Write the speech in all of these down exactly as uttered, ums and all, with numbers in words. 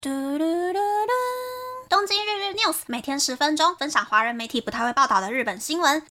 嘟嘟嘟嘟东京日日 News 每天十分钟，分享华人媒体不太会报道的日本新闻。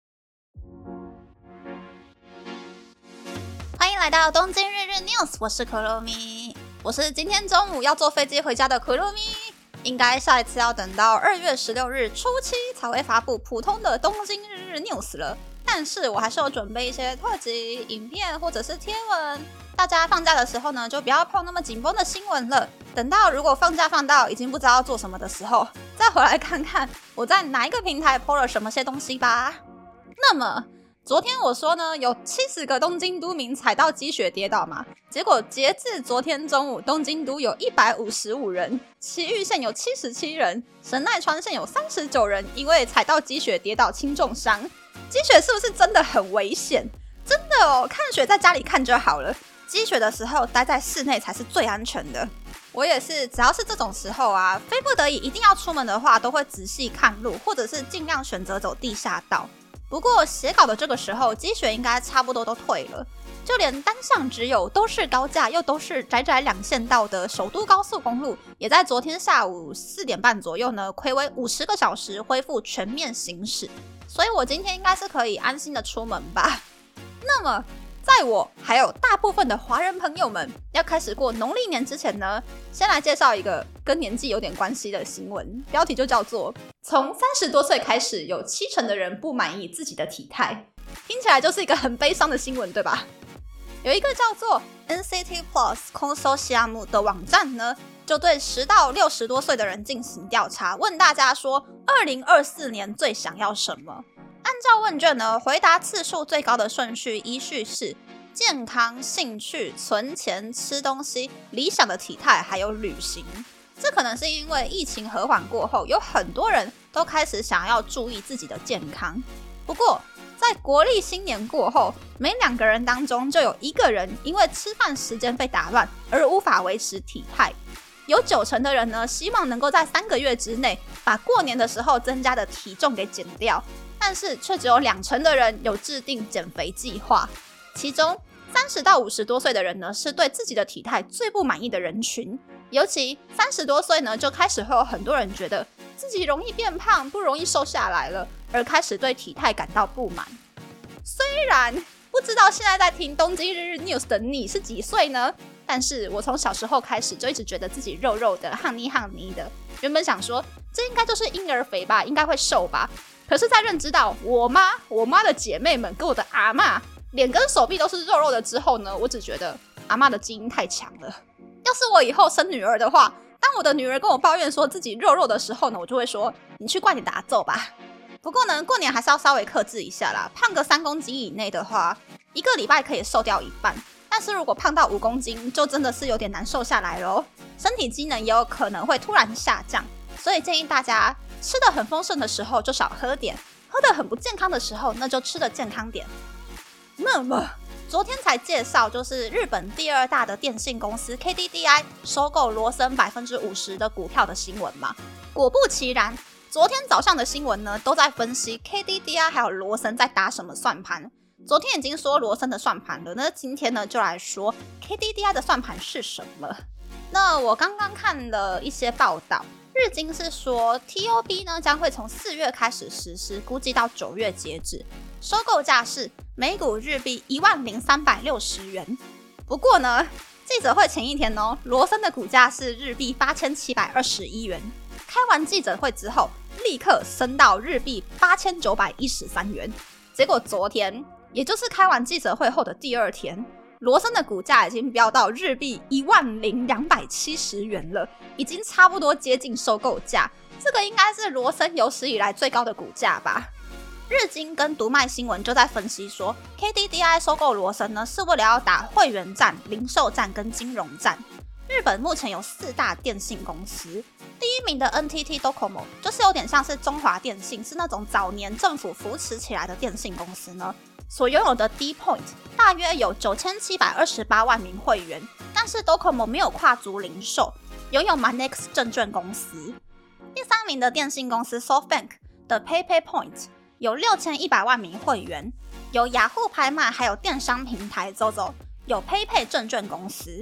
欢迎来到东京日日 News， 我是可露咪，我是今天中午要坐飞机回家的可露咪。应该下一次要等到二月十六日初七才会发布普通的东京日日 News 了，但是我还是有准备一些特辑、影片或者是贴文。大家放假的时候呢，就不要碰那么紧绷的新闻了。等到如果放假放到已经不知道要做什么的时候，再回来看看我在哪一个平台 po 了什么些东西吧。那么昨天我说呢，有七十个东京都民踩到积雪跌倒嘛，结果截至昨天中午，东京都有一百五十五人，埼玉县有七十七人，神奈川县有三十九人因为踩到积雪跌倒轻重伤。积雪是不是真的很危险？真的哦，看雪在家里看就好了，积雪的时候待在室内才是最安全的。我也是，只要是这种时候啊，非不得已一定要出门的话，都会仔细看路，或者是尽量选择走地下道。不过写稿的这个时候，积雪应该差不多都退了，就连单向只有都是高架又都是窄窄两线道的首都高速公路，也在昨天下午四点半左右呢，睽违五十个小时恢复全面行驶。所以我今天应该是可以安心的出门吧。那么在我还有大部分的华人朋友们要开始过农历年之前呢，先来介绍一个跟年纪有点关系的新闻，标题就叫做从三十多岁开始有七成的人不满意自己的体态。听起来就是一个很悲伤的新闻，对吧？有一个叫做 N C T Plus Consortium 的网站呢，就对十到六十多岁的人进行调查，问大家说二零二四年最想要什么。按照问卷呢，回答次数最高的顺序依序是健康、兴趣、存钱、吃东西、理想的体态还有旅行。这可能是因为疫情和缓过后，有很多人都开始想要注意自己的健康。不过在国历新年过后，每两个人当中就有一个人因为吃饭时间被打乱而无法维持体态。有九成的人呢，希望能够在三个月之内把过年的时候增加的体重给减掉，但是却只有两成的人有制定减肥计划。其中三十到五十多岁的人呢，是对自己的体态最不满意的人群。尤其三十多岁呢，就开始会有很多人觉得自己容易变胖，不容易瘦下来了，而开始对体态感到不满。虽然不知道现在在听东京日日 News 的你是几岁呢？但是我从小时候开始就一直觉得自己肉肉的、憨泥憨泥的。原本想说这应该就是婴儿肥吧，应该会瘦吧。可是在认知到我妈、我妈的姐妹们跟我的阿嬷脸跟手臂都是肉肉的之后呢，我只觉得阿嬷的基因太强了。要是我以后生女儿的话，当我的女儿跟我抱怨说自己肉肉的时候呢，我就会说你去怪你的阿祖吧。不过呢，过年还是要稍微克制一下啦。胖个三公斤以内的话，一个礼拜可以瘦掉一半。但是如果胖到五公斤，就真的是有点难瘦下来咯，身体机能也有可能会突然下降。所以建议大家吃得很丰盛的时候就少喝点，喝得很不健康的时候那就吃得健康点。那么昨天才介绍，就是日本第二大的电信公司 K D D I 收购罗森 百分之五十 的股票的新闻嘛。果不其然，昨天早上的新闻呢，都在分析 K D D I 还有罗森在打什么算盘。昨天已经说罗森的算盘了，那今天呢就来说 K D D I 的算盘是什么。那我刚刚看了一些报道，日经是说 T O B 呢将会从四月开始实施，估计到九月截止，收购价是每股日币一万零三百六十元。不过呢，记者会前一天呢，罗森的股价是日币八千七百二十一元，开完记者会之后立刻升到日币八千九百一十三元。结果昨天，也就是开完记者会后的第二天，罗森的股价已经飙到日币一万零两百七十元了，已经差不多接近收购价。这个应该是罗森有史以来最高的股价吧。日经跟读卖新闻就在分析说 ，K D D I 收购罗森呢，是为了要打会员战、零售战跟金融战。日本目前有四大电信公司，第一名的 N T T Docomo 就是有点像是中华电信，是那种早年政府扶持起来的电信公司呢。所拥有的 D Point 大约有九千七百二十八万名会员，但是 Docomo 没有跨足零售，拥有 Monex 证券公司。第三名的电信公司 SoftBank 的 PayPay Point 有六千一百万名会员，有雅虎拍卖还有电商平台 Zozo， 有 PayPay 证券公司。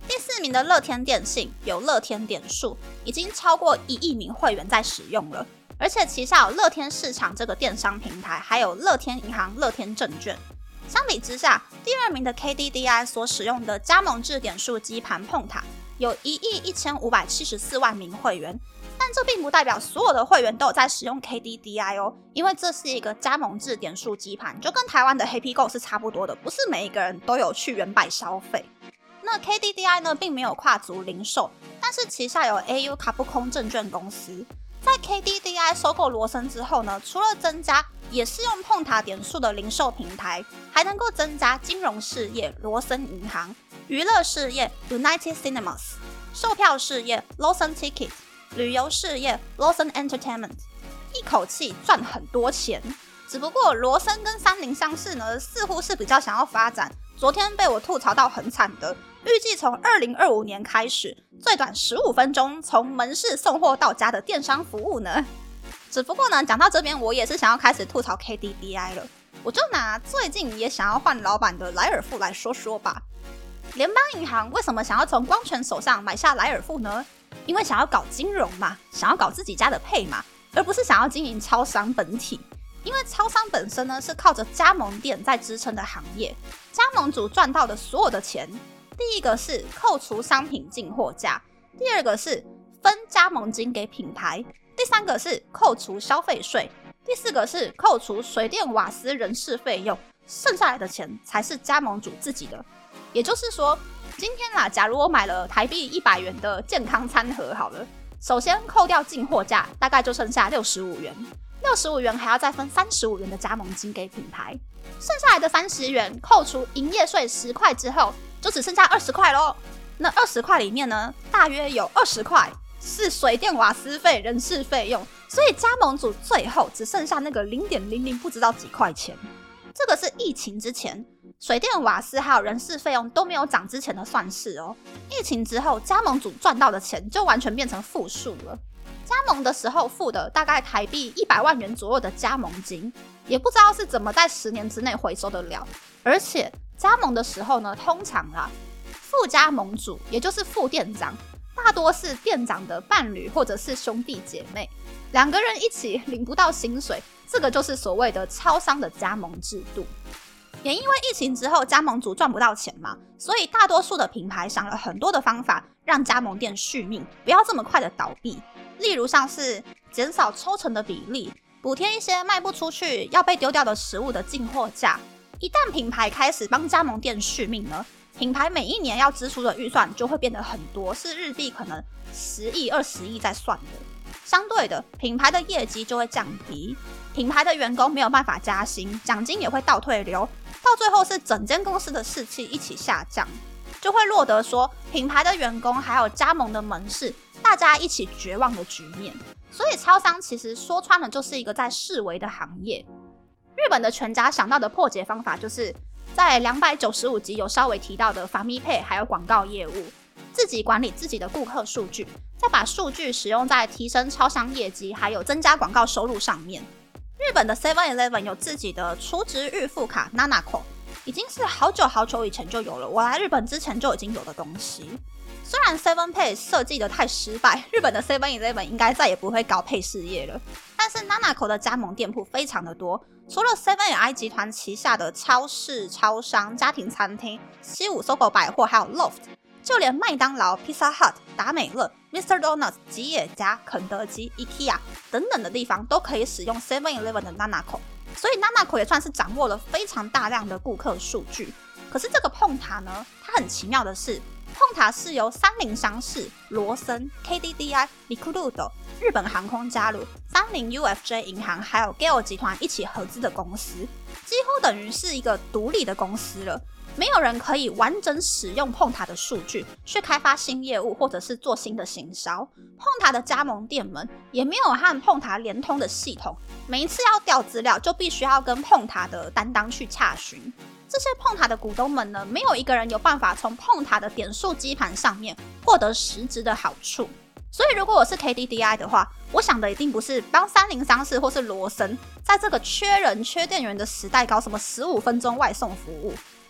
第四名的乐天电信有乐天点数，已经超过一亿名会员在使用了，而且旗下有乐天市场这个电商平台，还有乐天银行、乐天证券。相比之下，第二名的 K D D I 所使用的加盟制点数基盘碰塔有一亿一千五百七十四万名会员，但这并不代表所有的会员都有在使用 K D D I 哦，因为这是一个加盟制点数基盘，就跟台湾的 Happy Go 是差不多的，不是每一个人都有去原百消费。那 K D D I 呢，并没有跨足零售，但是旗下有 A U 卡布空证券公司。在 K D D I 收购罗森之后呢，除了增加也是用碰塔点数的零售平台，还能够增加金融事业罗森银行、娱乐事业 United Cinemas、售票事业 Lawson Ticket、旅游事业 Lawson Entertainment， 一口气赚很多钱。只不过罗森跟三菱商事呢，似乎是比较想要发展昨天被我吐槽到很惨的，预计从二零二五年开始，最短十五分钟从门市送货到家的电商服务呢。只不过呢，讲到这边，我也是想要开始吐槽 K D D I 了。我就拿最近也想要换老板的莱尔富来说说吧。联邦银行为什么想要从光泉手上买下莱尔富呢？因为想要搞金融嘛，想要搞自己家的配嘛，而不是想要经营超商本体。因为超商本身呢是靠着加盟店在支撑的行业，加盟主赚到的所有的钱，第一个是扣除商品进货价，第二个是分加盟金给品牌，第三个是扣除消费税，第四个是扣除水电瓦斯人事费用，剩下来的钱才是加盟主自己的。也就是说，今天啦，假如我买了台币一百元的健康餐盒好了，首先扣掉进货价，大概就剩下六十五元。六十五元还要再分三十五元的加盟金给品牌，剩下来的三十元扣除营业税十块之后，就只剩下二十块咯。那二十块里面呢，大约有二十块是水电瓦斯费、人事费用，所以加盟主最后只剩下那个零点零零不知道几块钱。这个是疫情之前，水电瓦斯还有人事费用都没有涨之前的算式哦。疫情之后，加盟主赚到的钱就完全变成负数了。加盟的时候付的大概台币一百万元左右的加盟金，也不知道是怎么在十年之内回收得了。而且加盟的时候呢，通常啊，副加盟主也就是副店长，大多是店长的伴侣或者是兄弟姐妹，两个人一起领不到薪水，这个就是所谓的超商的加盟制度。也因为疫情之后加盟主赚不到钱嘛，所以大多数的品牌想了很多的方法让加盟店续命，不要这么快的倒闭。例如像是减少抽成的比例，补贴一些卖不出去要被丢掉的食物的进货价。一旦品牌开始帮加盟店续命呢，品牌每一年要支出的预算就会变得很多，是日币可能十亿、二十亿在算的。相对的，品牌的业绩就会降低，品牌的员工没有办法加薪，奖金也会倒退流，到最后是整间公司的士气一起下降，就会落得说品牌的员工还有加盟的门市大家一起绝望的局面。所以超商其实说穿了就是一个在式微的行业。日本的全家想到的破解方法就是在两百九十五集有稍微提到的法咪配还有广告业务，自己管理自己的顾客数据，再把数据使用在提升超商业绩还有增加广告收入上面。日本的 seven eleven 有自己的储值预付卡 Nanako， 已经是好久好久以前就有了，我来日本之前就已经有的东西。虽然 seven Pay 设计的太失败，日本的 seven eleven 应该再也不会搞配事业了，但是 Nanako 的加盟店铺非常的多，除了 seven I 集团旗下的超市、超商、家庭餐厅、西武搜狗百货还有 Loft， 就连麦当劳、Pizza Hut、达美乐、Mister Donuts、吉野家、肯德基、IKEA 等等的地方都可以使用 seven eleven 的 Nanako， 所以 Nanako 也算是掌握了非常大量的顾客数据。可是这个碰塔呢，它很奇妙的是，碰塔是由三菱商事、罗森、K D D I、Recruit、日本航空加入、三菱 U F J 银行还有 Gale 集团一起合资的公司，几乎等于是一个独立的公司了。没有人可以完整使用碰塔的数据去开发新业务或者是做新的行销。碰塔的加盟店们也没有和碰塔联通的系统，每一次要调资料就必须要跟碰塔的担当去洽询。这些碰塔的股东们呢，没有一个人有办法从碰塔的点数基盘上面获得实质的好处。所以如果我是 K D D I 的话，我想的一定不是帮三菱商事或是罗森在这个缺人缺店员的时代搞什么十五分钟外送服务，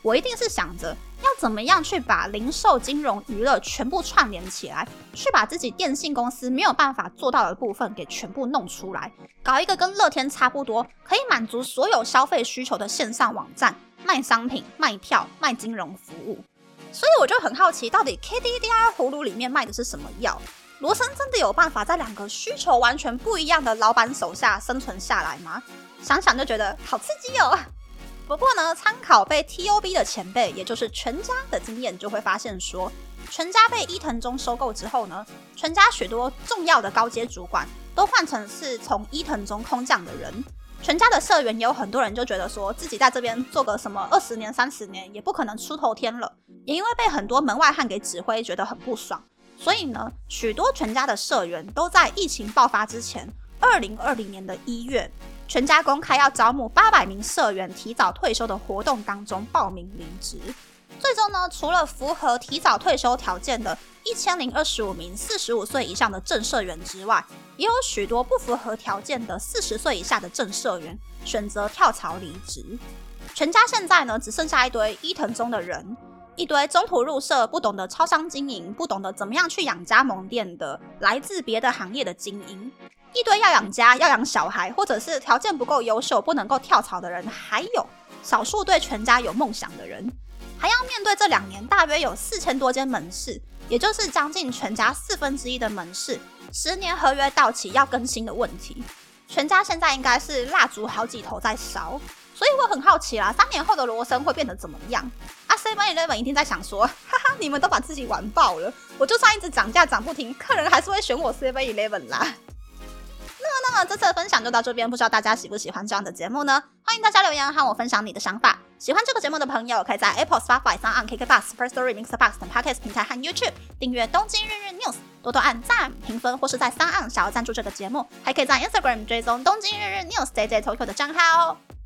我一定是想着要怎么样去把零售、金融、娱乐全部串联起来，去把自己电信公司没有办法做到的部分给全部弄出来，搞一个跟乐天差不多，可以满足所有消费需求的线上网站，卖商品、卖票、卖金融服务。所以我就很好奇，到底 K D D I 葫芦里面卖的是什么药？罗森真的有办法在两个需求完全不一样的老板手下生存下来吗？想想就觉得好刺激哦。不过呢，参考被 T O B 的前辈，也就是全家的经验，就会发现说，全家被伊藤忠收购之后呢，全家许多重要的高阶主管都换成是从伊藤忠空降的人。全家的社员也有很多人就觉得说，自己在这边做个什么二十年、三十年，也不可能出头天了，也因为被很多门外汉给指挥，觉得很不爽。所以呢，许多全家的社员都在疫情爆发之前，二零二零年的一月，全家公开要招募八百名社员提早退休的活动当中报名离职。最终呢，除了符合提早退休条件的一千零二十五名四十五岁以上的正社员之外，也有许多不符合条件的四十岁以下的正社员选择跳槽离职。全家现在呢，只剩下一堆伊藤忠的人，一堆中途入社不懂得超商经营，不懂得怎么样去养加盟店的来自别的行业的精英，一堆要养家要养小孩或者是条件不够优秀不能够跳槽的人，还有少数对全家有梦想的人，还要面对这两年大约有四千多间门市，也就是将近全家四分之一的门市十年合约到期要更新的问题。全家现在应该是蜡烛好几头在烧，所以我很好奇啦，三年后的罗森会变得怎么样啊 ？seven eleven 一定在想说，哈哈，你们都把自己玩爆了，我就算一直涨价涨不停，客人还是会选我 seven eleven 啦。那么，那么这次的分享就到这边，不知道大家喜不喜欢这样的节目呢？欢迎大家留言和我分享你的想法。喜欢这个节目的朋友，可以在 Apple、Spotify、SoundOn、K K B O X、Firstory、Mixerbox 等 Podcast 平台和 YouTube 订阅《东京日日 News》，多多按赞、评分，或是在SoundOn想要赞助这个节目，还可以在 Instagram 追踪《东京日日 News J J Tokyo》的账号哦。